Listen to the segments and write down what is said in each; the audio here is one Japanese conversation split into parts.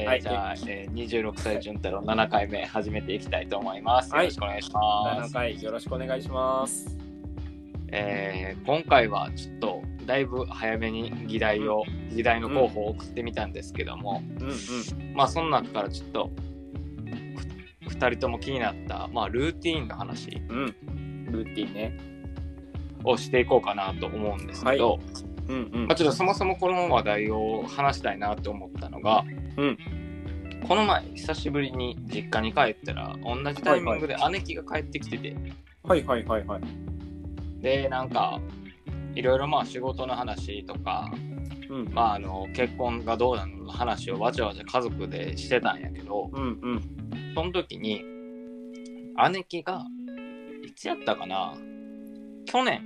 はい、じゃあ、26歳潤太郎7回目始めていきたいと思います。よろしくお願いします。 7回よろしくお願いします。 今回はちょっとだいぶ早めに議題の候補を送ってみたんですけども、まあその中からちょっと2人とも気になった、まあ、ルーティーンの話、 ルーティーンねをしていこうかなと思うんですけど、まあ、ちょっとそもそもこの話題を話したいなと思ったのが、この前久しぶりに実家に帰ったら同じタイミングで姉貴が帰ってきてて、でなんかいろいろまあ仕事の話とか、まあ結婚がどうなの話をわちゃわちゃ家族でしてたんやけど、その時に姉貴がいつやったかな、去年、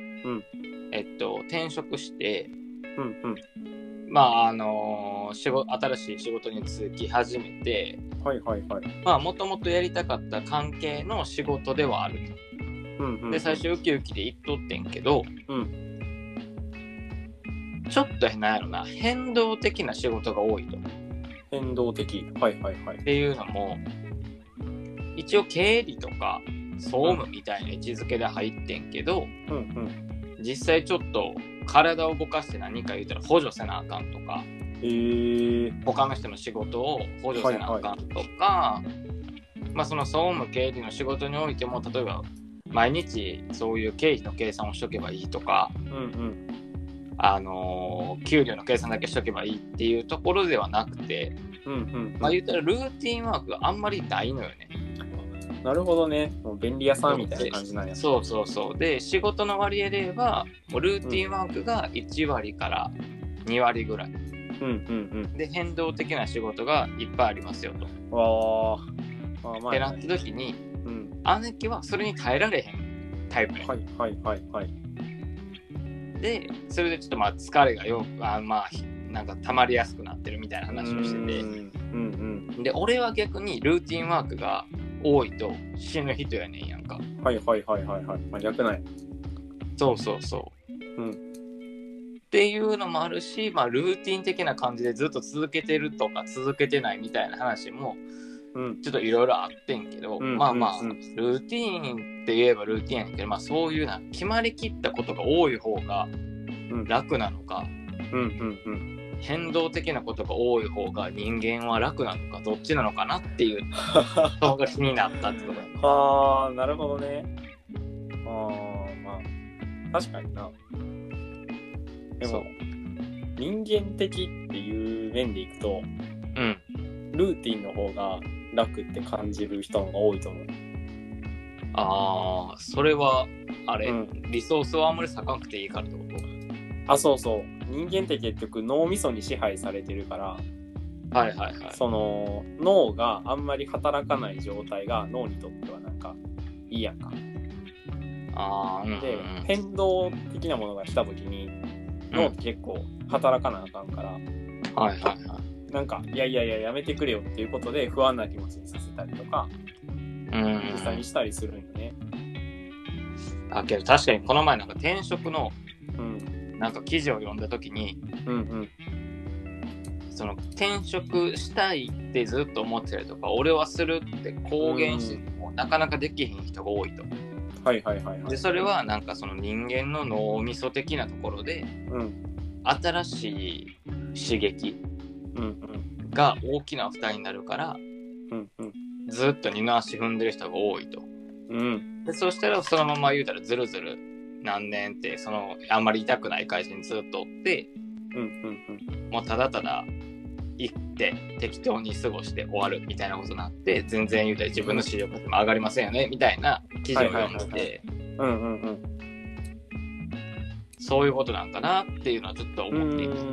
転職して、まあ新しい仕事に就き始めて、まあもともとやりたかった関係の仕事ではあると、で最初ウキウキで言っとってんけど、ちょっとなんやろな、変動的な仕事が多いと。 変動的、 っていうのも一応経理とか総務みたいな位置づけで入ってんけど、実際ちょっと体を動かして何か言うたら補助せなあかんとか、他の人の仕事を補助せなあかんとか、まあその総務経理の仕事においても例えば毎日そういう経費の計算をしとけばいいとか、給料の計算だけしとけばいいっていうところではなくて、まあ言ったらルーティンワークがあんまりないのよね。 なるほどね。もう便利屋さんみたいな感じなんや。 そうで仕事の割合で言えばもうルーティンワークが1割から2割ぐらい、で変動的な仕事がいっぱいありますよと。ってなった時に、姉貴はそれに耐えられへんタイプや。でそれでちょっとまあ疲れがなんか溜まりやすくなってるみたいな話をしてて、で俺は逆にルーティンワークが多いと死ぬ人やねんやんか。 逆ない。 そう、っていうのもあるし、まあルーティン的な感じでずっと続けてるとか続けてないみたいな話もちょっといろいろあってんけど、まあルーティーンって言えばルーティンやねんけど、まあそういう決まりきったことが多い方が楽なのか、変動的なことが多い方が人間は楽なのか、どっちなのかなっていうのが気になったってことなるほどね。まあ確かにな。でも人間的っていう面でいくと、ルーティンの方が楽って感じる人が多いと思う。 それはあれ、リソースはあんまり割かなくていいからってこと？ そう人間って結局脳みそに支配されてるから、その脳があんまり働かない状態が脳にとってはなんかいいやんか。で変動的なものが来た時に脳って結構働かなあかんから、なんかいややめてくれよっていうことで不安な気持ちにさせたりとか実際にしたりするんよね。 けど確かにこの前なんか転職のなんか記事を読んだ時に、その転職したいってずっと思ってたりとか、俺はするって公言してもなかなかできひん人が多いと。でそれはなんかその人間の脳みそ的なところで、新しい刺激が大きな負担になるから、ずっと二の足踏んでる人が多いと。でそうしたらそのまま言うたらずるずる何年ってそのあんまり痛くない会社にずっとおって、もうただただ行って適当に過ごして終わるみたいなことになって、全然言うたら自分の視力も上がりませんよねみたいな記事を読んでて、そういうことなんかなっていうのはずっと思っています。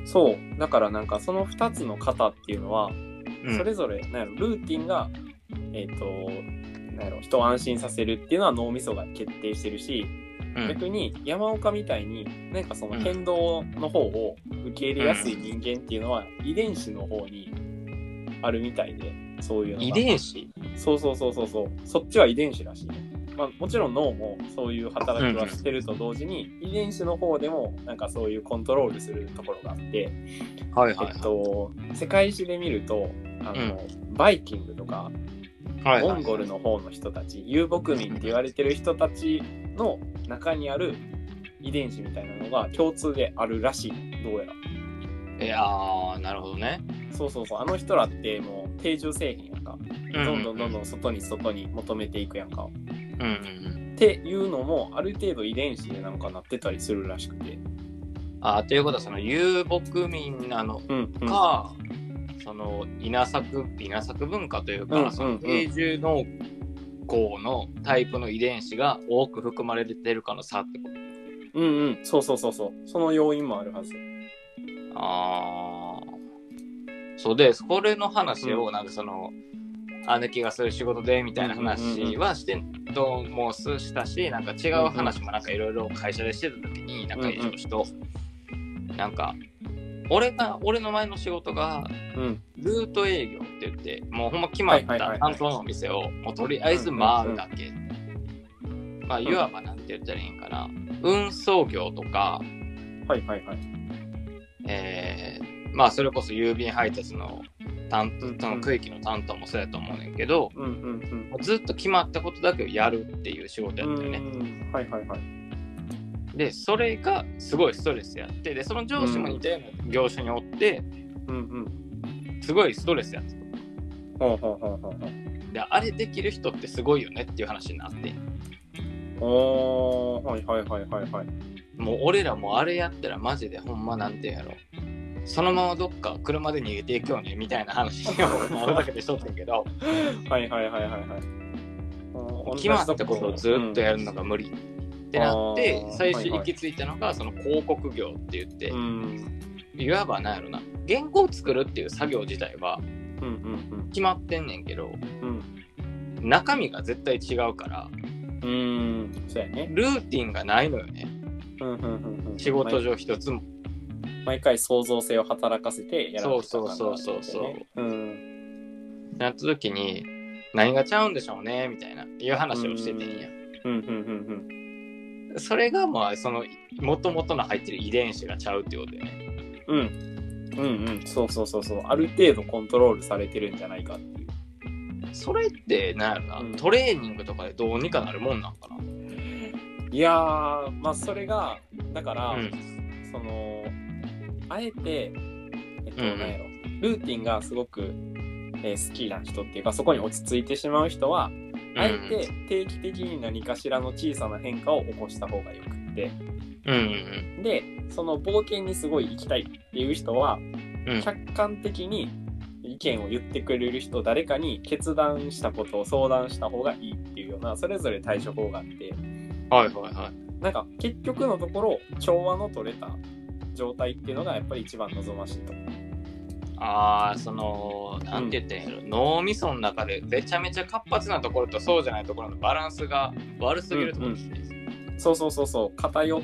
そうだからなんかその2つの型っていうのは、それぞれなんやろルーティンがなんやろ人を安心させるっていうのは脳みそが決定してるし、逆に山岡みたいになんかその変動の方を受け入れやすい人間っていうのは遺伝子の方にあるみたいで、そういうのが遺伝子？ そうそっちは遺伝子らしい。 もちろん脳もそういう働きはしてると同時に、遺伝子の方でもなんかそういうコントロールするところがあって、世界史で見るとバイキングとか、モンゴルの方の人たち、遊牧民って言われてる人たちの中にある遺伝子みたいなのが共通であるらしい。どうやら。 なるほどね。 そうあの人らってもう定住せえへんやんか。どんどん外に求めていくやんか。っていうのもある程度遺伝子でなんかなってたりするらしくて。 ということはその遊牧民なのか、その稲作文化というか、その定住農耕のタイプの遺伝子が多く含まれてるかの差ってこと。 そう。その要因もあるはず。 そうで、これの話をなんかその、姉貴がする仕事でみたいな話はしてどうもしたし、なんか違う話もなんかいろいろ会社でしてた時に、なんか上司と、なんか俺の前の仕事がルート営業って言って、もうほんま決まった担当のお店をもうとりあえず回るだけ。いわばなんて言ったらいいんかな、運送業とか、それこそ郵便配達のその区域の担当もそうやと思うねんけど、ずっと決まったことだけをやるっていう仕事やったよね。で、それがすごいストレスやって、で、その上司も似たような業種におって、すごいストレスやってた。で、あれできる人ってすごいよねっていう話になって。もう俺らもあれやったらマジでほんまなんてやろ、そのままどっか車で逃げていくよねみたいな話をあれだけでしとったけど決まったことをずっとやるのが無理ってなって、最初行き着いたのがその広告業って言って、いわばなんやろな、原稿を作るっていう作業自体は決まってんねんけど、中身が絶対違うからそうやね、 ルーティンがないのよね。仕事上一つも毎回創造性を働かせてやらなきゃいけない。 なった時に何がちゃうんでしょうねみたいないう話をしててんや。それがまあその元々の入ってる遺伝子がちゃうってことだよね。 そうある程度コントロールされてるんじゃないかっていう。 それってなんやろな、トレーニングとかでどうにかなるもんなんかな。 いやー、それがだから、そのあえてなんやろ、ルーティンがすごく、好きな人っていうか、そこに落ち着いてしまう人は、あえて定期的に何かしらの小さな変化を起こした方がよくって、でその冒険にすごい行きたいっていう人は、客観的に意見を言ってくれる人、誰かに決断したことを相談した方がいいっていうような、それぞれ対処法があって、なんか結局のところ調和の取れた状態っていうのがやっぱり一番望ましいと。 そのなんて言ってんやろ、脳みその中でめちゃめちゃ活発なところとそうじゃないところのバランスが悪すぎるってことですね。 そう偏って、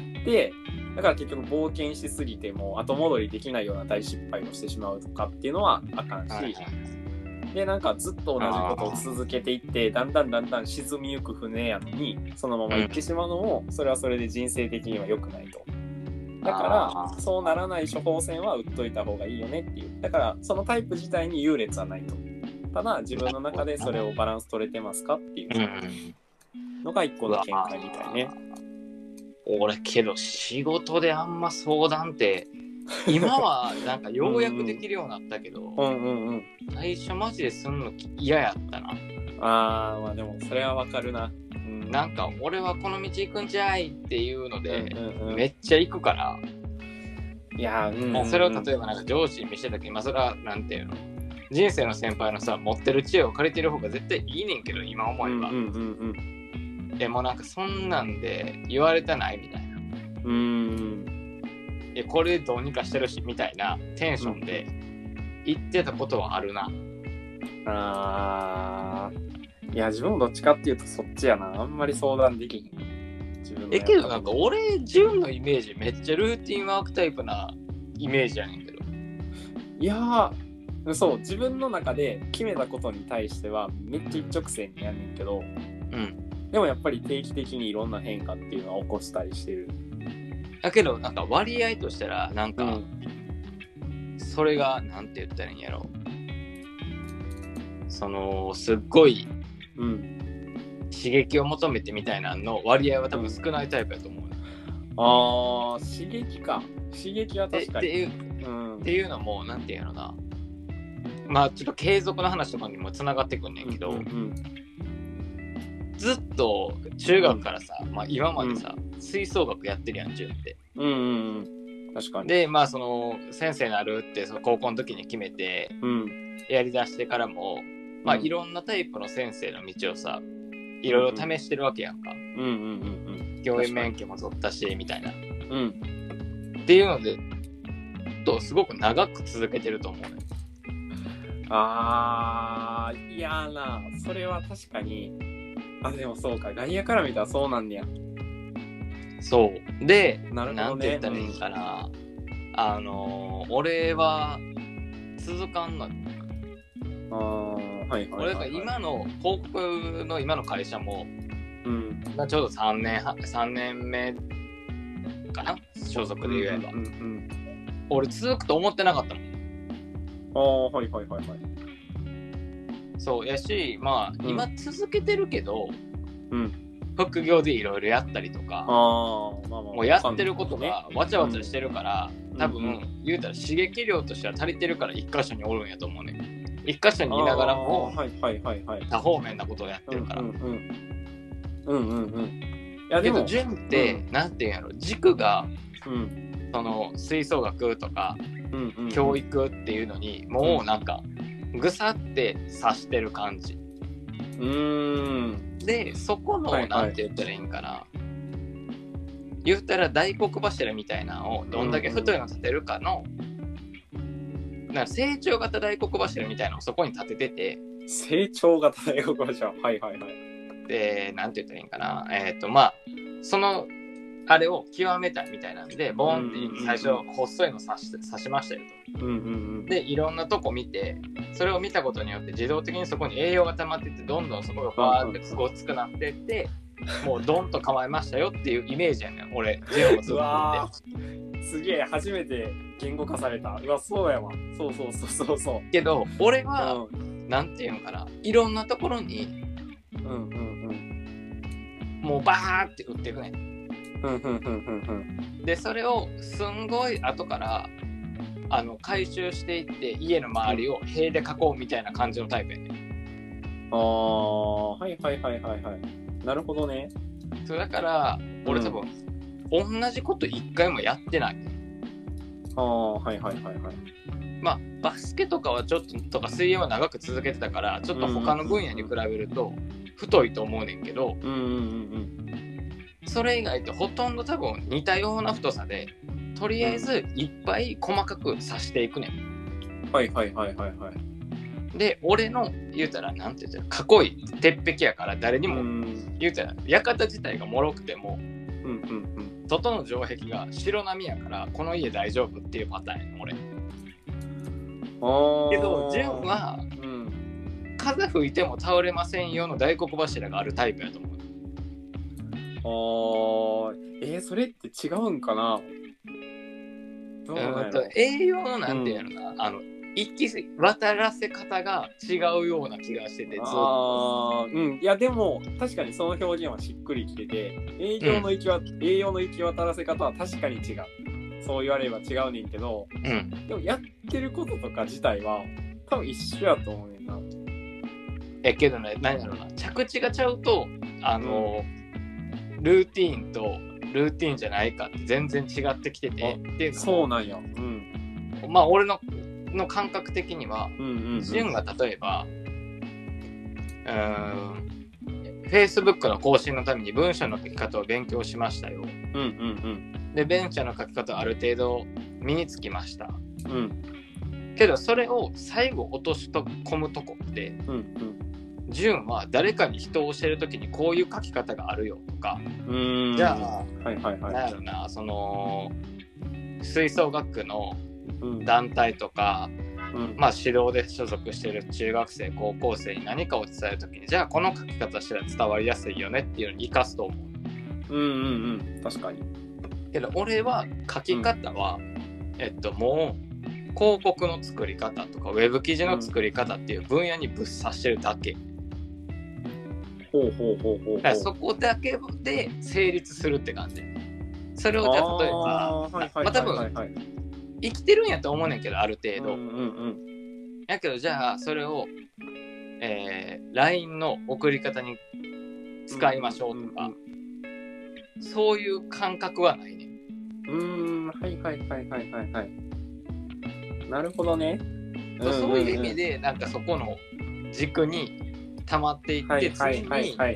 だから結局冒険しすぎても後戻りできないような大失敗をしてしまうとかっていうのはあかんし、でなんかずっと同じことを続けていってだんだん沈みゆく船やのにそのまま行ってしまうのも、それはそれで人生的には良くないと。だからそうならない処方箋は打っといた方がいいよねっていう。だからそのタイプ自体に優劣はないと。ただ自分の中でそれをバランス取れてますかっていうのが一個の見解みたいね。 俺けど仕事であんま相談って今はなんかようやくできるようになったけど、最初マジですんの嫌やったな。 でもそれはわかるな。 なんか俺はこの道行くんじゃいっていうので、めっちゃ行くから、いやそれを例えばなんか上司に見せた時に、それはなんていうの、人生の先輩のさ持ってる知恵を借りてる方が絶対いいねんけど、今思えば、でもなんかそんなんで言われたないみたいな、これどうにかしてるしみたいなテンションで言ってたことはあるな。 いや自分もどっちかっていうとそっちやな。あんまり相談できひん。 けどなんか俺純のイメージめっちゃルーティンワークタイプなイメージやねんけど。 いやそう、自分の中で決めたことに対してはめっちゃ一直線にやんねんけど、 でもやっぱり定期的にいろんな変化っていうのは起こしたりしてる。 だけどなんか割合としたらなんか、それがなんて言ったらいいんやろ、そのすっごい、刺激を求めてみたいなの割合は多分少ないタイプやと思う。 刺激か。刺激は確かに。 っていうのもなんていうのな、まあちょっと継続の話とかにもつながってくんねんけど、ずっと中学からさ、まあ今までさ、吹奏楽やってるやん、順って。 確かに。 で、まあその先生になるってその高校の時に決めて、やりだしてからも、まあいろんなタイプの先生の道をさ、いろいろ試してるわけやんか。教員免許も取ったし、みたいな。っていうので、すごく長く続けてると思うね。 いやな、それは確かに。でもそうか、外野から見たらそうなんねや。 そうで、なんて言ったらいいんかな、俺は続かんのよ。俺が今の広告の今の会社も、ちょうど3年目かな、所属で言えば、俺続くと思ってなかったもん。そうやし、まあ、今続けてるけど、副業でいろいろやったりとか、もうやってることがわちゃわちゃしてるから、多分言うたら刺激量としては足りてるから一箇所におるんやと思うね。一箇所にいながらも多方面なことをやってるから。いやけど順って、なんていうんやろ、軸が、その吹奏楽とか、教育っていうのにもうなんかぐさって刺してる感じ。でそこのなんて言ったらいいんかな、言ったら大黒柱みたいなのをどんだけ太いの立てるかの、なんか成長型大黒柱みたいなのをそこに立ててて、 成長型大黒柱、 でなんて言ったらいいんかな、まあそのあれを極めたみたいなんで、ボンって最初細いの刺しましたよと。でいろんなとこ見て、それを見たことによって自動的にそこに栄養が溜まってって、どんどんそこがバーってごつくなってって、もうドンと構えましたよっていうイメージやねん、俺。ジオをずっと見て。 すげえ、初めて言語化された。そうやわ。そう。 けど俺は、なんていうのかな、いろんなところに、もうバーって打っていくねん。でそれをすんごい後から回収していって家の周りを塀で囲うみたいな感じのタイプやね。 なるほどね。 そうだから俺多分、同じこと一回もやってない。まあバスケとかはちょっとか水泳は長く続けてたからちょっと他の分野に比べると太いと思うねんけど、それ以外とほとんど多分似たような太さで、とりあえずいっぱい細かく刺していくねん。で俺の言うたらなんて言ったら囲い鉄壁やから、誰にも言うたら館自体が脆くても、外の城壁が白波やからこの家大丈夫っていうパターンやねん俺。けど純は、風吹いても倒れませんよの大黒柱があるタイプやと思う。 それって違うんかな。 栄養のなんていうのな、行き渡らせ方が違うような気がしてて、ずっと。 いやでも確かにその表現はしっくりきてて、栄養の行き渡らせ方は確かに違う。そう言われれば違うねんけど、でもやってることとか自体は多分一緒やと思うねんな。 けどね、何だろうな、着地がちゃうとルーティーンとルーティーンじゃないかって全然違ってきてて、っていうのそうなんや。 まあ俺の感覚的には、純が例えばFacebook の更新のために文章の書き方を勉強しましたよ。で文章の書き方をある程度身につきました。けどそれを最後落とし込むとこって、純は誰かに人を教えるときにこういう書き方があるよとか、じゃあ、なんやろな、その吹奏楽の団体とか、 まあ指導で所属してる中学生高校生に何かを伝えるときにじゃあこの書き方したら伝わりやすいよねっていうのに生かすと思う。確かに。 けど俺は書き方は、もう広告の作り方とかウェブ記事の作り方っていう分野にぶっ刺してるだけ。だからそこだけで成立するって感じ。それをじゃあ例えばまあ多分生きてるんやと思うねんけどある程度。やけどじゃあそれを、LINE の送り方に使いましょうとか、そういう感覚はないね。 なるほどね。 そういう意味でなんかそこの軸に溜まっていって次に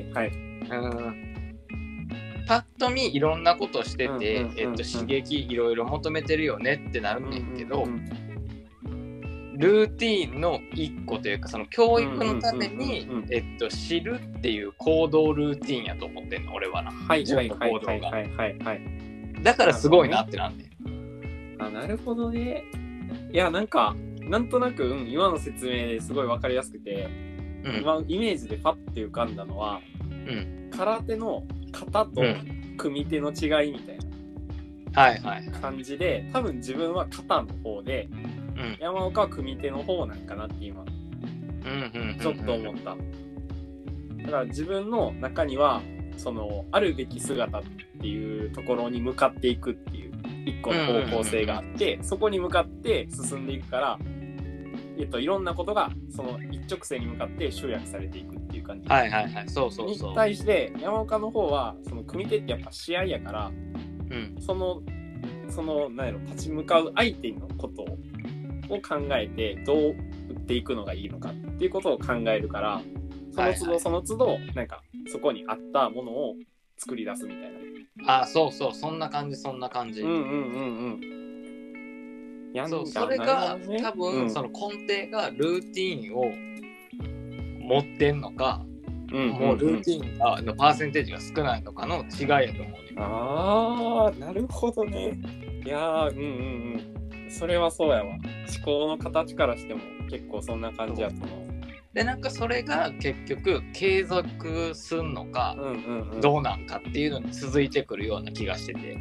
パッと見いろんなことしてて刺激いろいろ求めてるよねってなるねんけど、ルーティーンの一個というかその教育のために知るっていう行動ルーティーンやと思ってんの俺はな。だからすごいなってなんねん。 なるほどね。いやなんかなんとなく、今の説明ですごい分かりやすくて、今イメージでパッて浮かんだのは、空手の型と組手の違いみたいな感じで、多分自分は型の方で、山岡は組手の方なんかなって今、ちょっと思った。だから自分の中にはそのあるべき姿っていうところに向かっていくっていう一個の方向性があって、そこに向かって進んでいくから、いろんなことがその一直線に向かって集約されていくっていう感じ。 そうに対して山岡の方はその組手ってやっぱ試合やから、その何やろ立ち向かう相手のことを考えてどう打っていくのがいいのかっていうことを考えるから、その都度なんかそこに合ったものを作り出すみたいな。そうそんな感じ。それが多分その根底がルーティーンを持ってんのか、もうルーティーンのパーセンテージが少ないのかの違いやと思うね。 なるほどね。いやそれはそうやわ。思考の形からしても結構そんな感じやと思う。 でなんかそれが結局継続すんのか、どうなんかっていうのに続いてくるような気がしてて。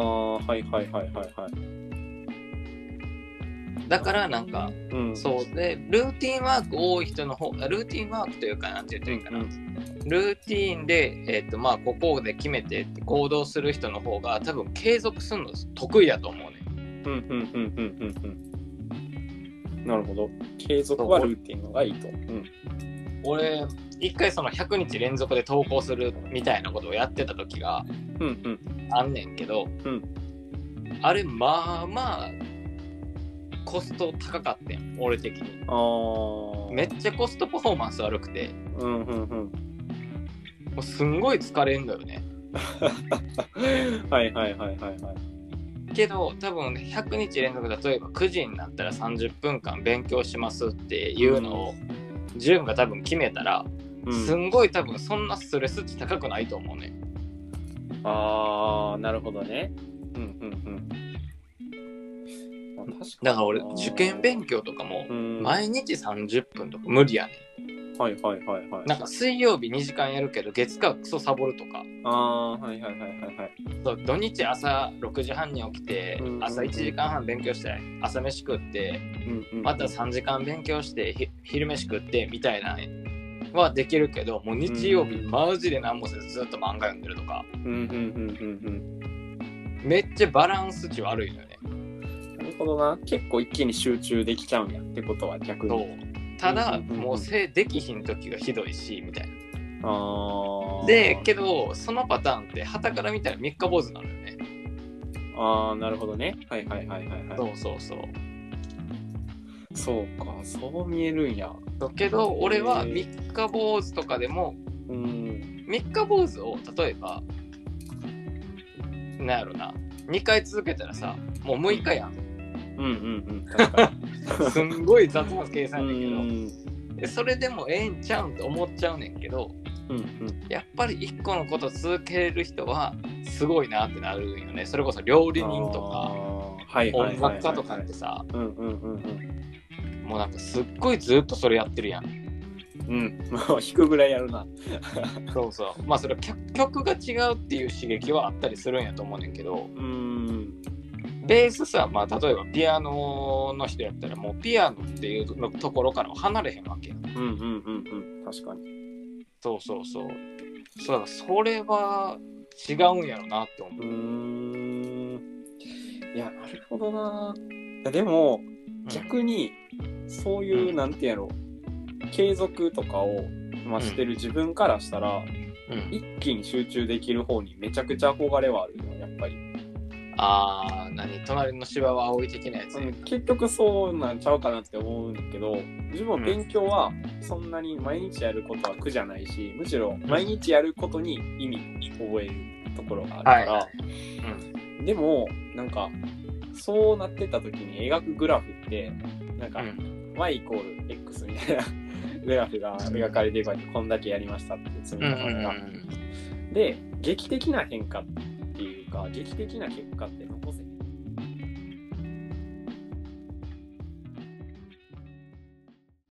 だからなんか、そうでルーティンワーク多い人の方がルーティンワークというかなんて言っていいかな、ルーティンでまあここで決めて行動する人の方が多分継続するの得意だと思うね。 なるほど。継続はルーティンのがいいと。 俺一回その100日連続で投稿するみたいなことをやってた時があんねんけど、あれまあコスト高かったん俺的に。めっちゃコストパフォーマンス悪くて、もうすんごい疲れんのよね。けど多分100日連続例えば9時になったら30分間勉強しますっていうのをジューンが多分決めたら、すんごい多分そんなストレス値高くないと思うね。 なるほどね。 だから俺受験勉強とかも毎日30分とか無理やねん。なんか水曜日2時間やるけど月火クソサボるとか。土日朝6時半に起きて、朝1時間半勉強して朝飯食って、また3時間勉強して昼飯食ってみたいなはできるけど、もう日曜日マジで何もせずずっと漫画読んでるとか、めっちゃバランス値悪いのよね。 なるほどな。結構一気に集中できちゃうんやってことは逆に。 ただ、もうできひん時がひどいしみたいな。でけどそのパターンって傍から見たら三日坊主なのよね。 なるほどね。そうか、そう見えるんや。 だけど俺は三日坊主とかでも、三日坊主を例えばなんやろな2回続けたらさ、もう6日やん。確かにすんごい雑な計算だけど、それでもええんちゃうんって思っちゃうねんけど、やっぱり一個のこと続けれる人はすごいなってなるよね。それこそ料理人とか音楽家とかってさ、 もうなんかすっごいずっとそれやってるやん。 うん、もう弾くぐらいやるな。 そうそう。まあそれは曲が違うっていう刺激はあったりするんやと思うねんけど、ベースさ、まあ例えばピアノの人やったらもうピアノっていうところからは離れへんわけやん。 確かに。 そうそうそう。そうだ、それは違うんやろなって思う。 いや、なるほどな。でも、逆にそういう、なんてやろう、継続とかを、してる自分からしたら、一気に集中できる方にめちゃくちゃ憧れはあるよ、やっぱり。 隣の芝は青い的なやつ、 結局そうなんちゃうかなって思うんだけど、自分は勉強はそんなに毎日やることは苦じゃないし、むしろ毎日やることに意味を覚えるところがあるから、でもなんかそうなってた時に描くグラフってなんか、y=x みたいなグラフが描かれているからこんだけやりましたって積み重ねが、で劇的な変化っていうか劇的な結果って残